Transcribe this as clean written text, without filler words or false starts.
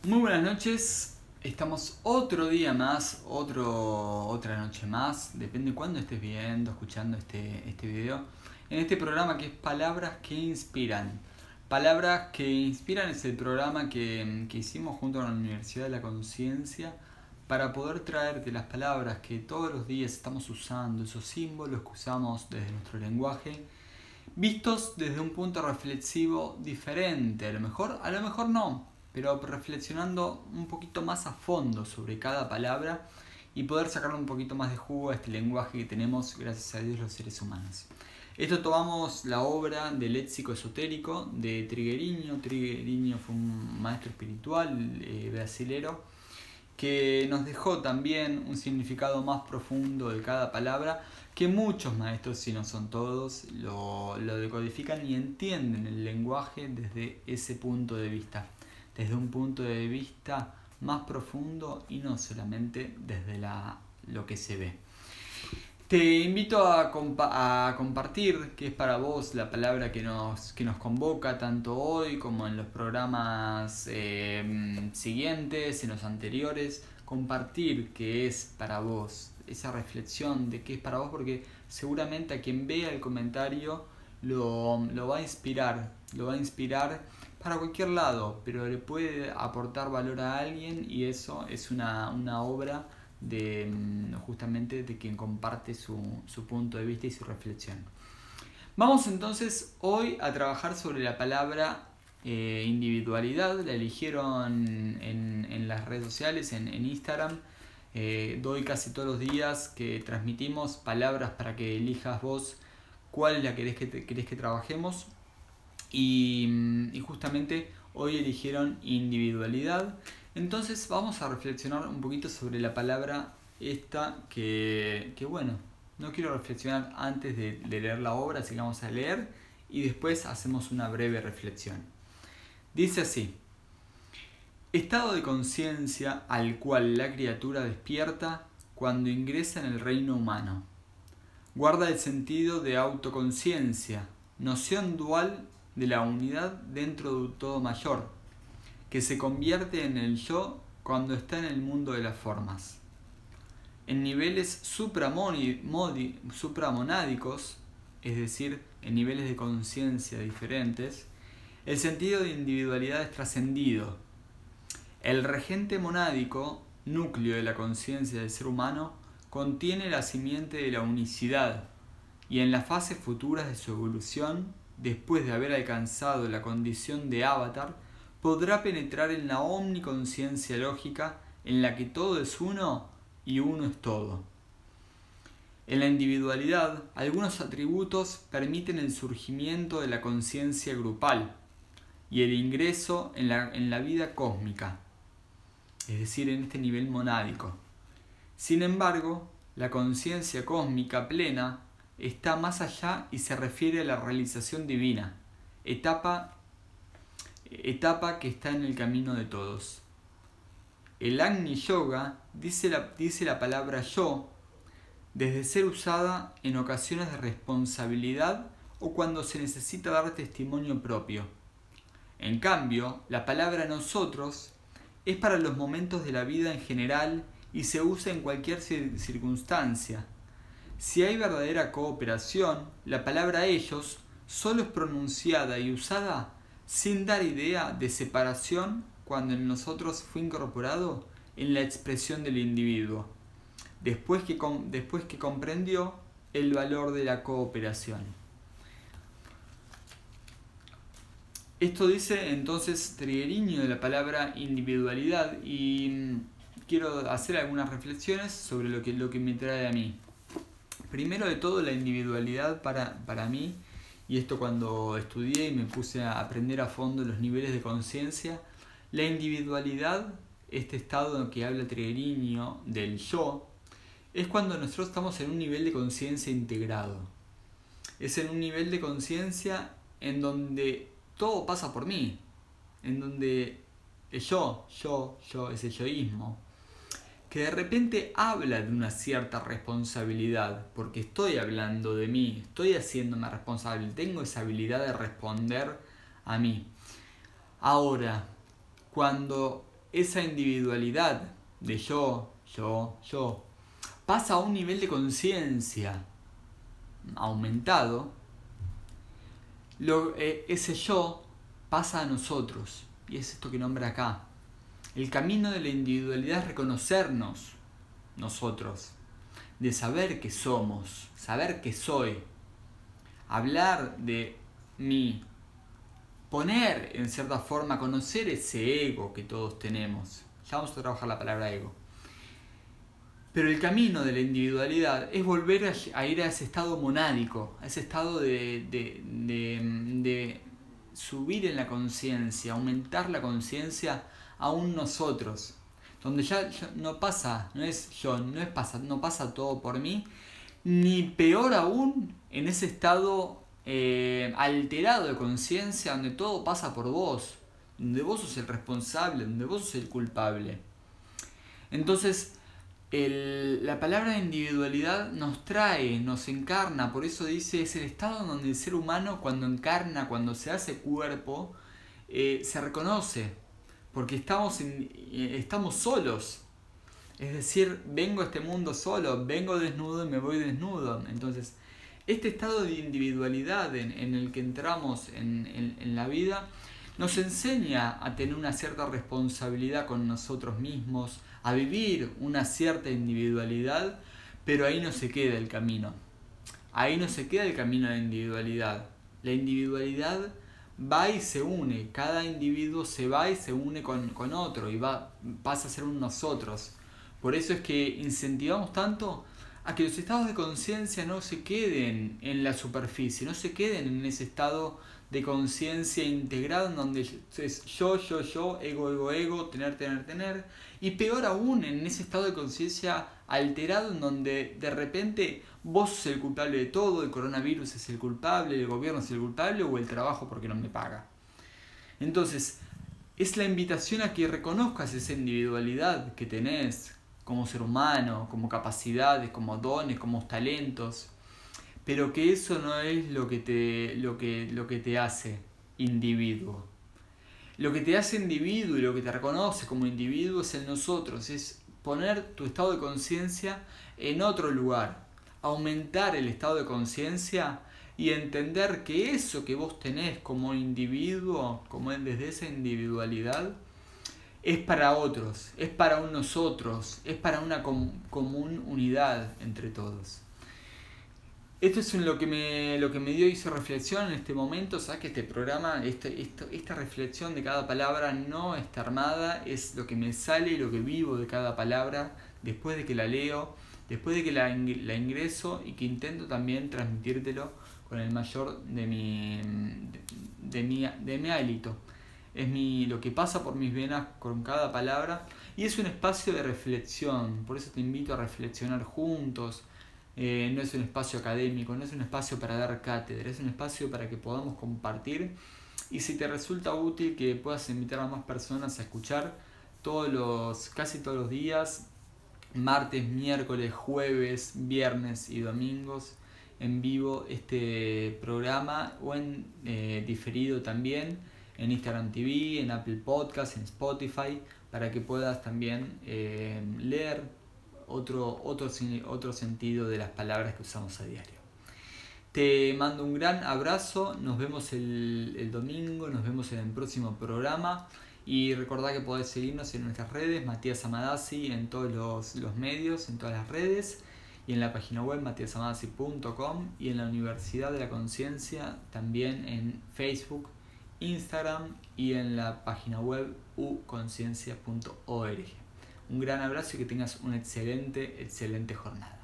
Muy buenas noches, estamos otro día más, otra noche más, depende de cuándo estés viendo, escuchando este video, en este programa que es Palabras que Inspiran. Palabras que Inspiran es el programa que hicimos junto con la Universidad de la Conciencia para poder traerte las palabras que todos los días estamos usando, esos símbolos que usamos desde nuestro lenguaje, vistos desde un punto reflexivo diferente, a lo mejor no, pero reflexionando un poquito más a fondo sobre cada palabra y poder sacarle un poquito más de jugo a este lenguaje que tenemos, gracias a Dios, los seres humanos. Esto tomamos la obra del léxico esotérico de Triguerio. Triguerio fue un maestro espiritual brasilero que nos dejó también un significado más profundo de cada palabra, que muchos maestros, si no son todos, lo decodifican y entienden el lenguaje desde ese punto de vista, desde un punto de vista más profundo y no solamente desde lo que se ve. Te invito a compartir qué es para vos la palabra que nos convoca tanto hoy como en los programas siguientes, en los anteriores. Compartir qué es para vos, esa reflexión de qué es para vos, porque seguramente a quien vea el comentario lo va a inspirar, para cualquier lado, pero le puede aportar valor a alguien y eso es una obra de justamente de quien comparte su punto de vista y su reflexión. Vamos entonces hoy a trabajar sobre la palabra individualidad. La eligieron en las redes sociales, en Instagram. Doy casi todos los días que transmitimos palabras para que elijas vos cuál es la que querés que trabajemos. Y justamente hoy eligieron individualidad. Entonces vamos a reflexionar un poquito sobre la palabra esta que bueno, no quiero reflexionar antes de leer la obra, así que vamos a leer y después hacemos una breve reflexión. Dice así: estado de conciencia al cual la criatura despierta cuando ingresa en el reino humano. Guarda el sentido de autoconciencia, noción dual de la unidad dentro de un todo mayor, que se convierte en el yo cuando está en el mundo de las formas. En niveles supramonádicos, es decir, en niveles de conciencia diferentes, el sentido de individualidad es trascendido. El regente monádico, núcleo de la conciencia del ser humano, contiene la simiente de la unicidad, y en las fases futuras de su evolución, después de haber alcanzado la condición de avatar, podrá penetrar en la omniconciencia lógica en la que todo es uno y uno es todo. En la individualidad, algunos atributos permiten el surgimiento de la conciencia grupal y el ingreso en la vida cósmica, es decir, en este nivel monádico. Sin embargo, la conciencia cósmica plena está más allá y se refiere a la realización divina, etapa que está en el camino de todos. El Agni Yoga dice la palabra yo desde ser usada en ocasiones de responsabilidad o cuando se necesita dar testimonio propio. En cambio, la palabra nosotros es para los momentos de la vida en general y se usa en cualquier circunstancia. Si hay verdadera cooperación, la palabra ellos solo es pronunciada y usada sin dar idea de separación cuando en nosotros fue incorporado en la expresión del individuo, después que comprendió el valor de la cooperación. Esto dice entonces Triguerio de la palabra individualidad y quiero hacer algunas reflexiones sobre lo que me trae a mí. Primero de todo, la individualidad para mí, y esto cuando estudié y me puse a aprender a fondo los niveles de conciencia, la individualidad, este estado que habla Triguerio del yo, es cuando nosotros estamos en un nivel de conciencia integrado. Es en un nivel de conciencia en donde todo pasa por mí, en donde el yo, ese yoísmo, que de repente habla de una cierta responsabilidad, porque estoy hablando de mí, estoy haciéndome responsable, tengo esa habilidad de responder a mí. Ahora, cuando esa individualidad de yo, pasa a un nivel de conciencia aumentado, ese yo pasa a nosotros. Y es esto que nombra acá. El camino de la individualidad es reconocernos nosotros, de saber que somos, saber que soy, hablar de mí, poner en cierta forma, conocer ese ego que todos tenemos. Ya vamos a trabajar la palabra ego. Pero el camino de la individualidad es volver a ir a ese estado monádico, a ese estado de subir en la conciencia, aumentar la conciencia a un nosotros, donde ya no pasa, no pasa todo por mí, ni peor aún en ese estado alterado de conciencia donde todo pasa por vos, donde vos sos el responsable, donde vos sos el culpable. Entonces, la palabra individualidad nos trae, nos encarna, por eso dice, es el estado donde el ser humano cuando encarna, cuando se hace cuerpo, se reconoce, porque estamos solos. Es decir, vengo a este mundo solo, vengo desnudo y me voy desnudo. Entonces, este estado de individualidad en el que entramos en la vida nos enseña a tener una cierta responsabilidad con nosotros mismos, a vivir una cierta individualidad, pero ahí no se queda el camino. Ahí no se queda el camino de la individualidad. La individualidad va y se une, cada individuo se va y se une con otro y pasa a ser un nosotros. Por eso es que incentivamos tanto a que los estados de conciencia no se queden en la superficie, no se queden en ese estado de conciencia integrado en donde es yo, ego, tener, y peor aún en ese estado de conciencia alterado en donde de repente vos sos el culpable de todo, el coronavirus es el culpable, el gobierno es el culpable o el trabajo porque no me paga. Entonces, es la invitación a que reconozcas esa individualidad que tenés como ser humano, como capacidades, como dones, como talentos, pero que eso no es lo que te hace individuo. Lo que te hace individuo y lo que te reconoce como individuo es el nosotros, es poner tu estado de conciencia en otro lugar, aumentar el estado de conciencia y entender que eso que vos tenés como individuo, como desde esa individualidad, es para otros, es para un nosotros, es para una común unidad entre todos. Esto es lo que me hizo reflexión en este momento. Sabes que este programa, esta reflexión de cada palabra no está armada, es lo que me sale y lo que vivo de cada palabra después de que la leo, después de que la ingreso y que intento también transmitírtelo con el mayor de mi hálito. Es lo que pasa por mis venas con cada palabra y es un espacio de reflexión, por eso te invito a reflexionar juntos. No es un espacio académico, no es un espacio para dar cátedra, es un espacio para que podamos compartir y si te resulta útil que puedas invitar a más personas a escuchar casi todos los días, martes, miércoles, jueves, viernes y domingos en vivo este programa o en diferido también en Instagram TV, en Apple Podcasts, en Spotify, para que puedas también leer otro sentido de las palabras que usamos a diario. Te mando un gran abrazo, nos vemos el domingo, nos vemos en el próximo programa y recordá que podés seguirnos en nuestras redes, Matías Amadasi en todos los medios, en todas las redes y en la página web matiasamadasi.com y en la Universidad de la Conciencia también en Facebook, Instagram y en la página web uconciencia.org. Un gran abrazo y que tengas una excelente jornada.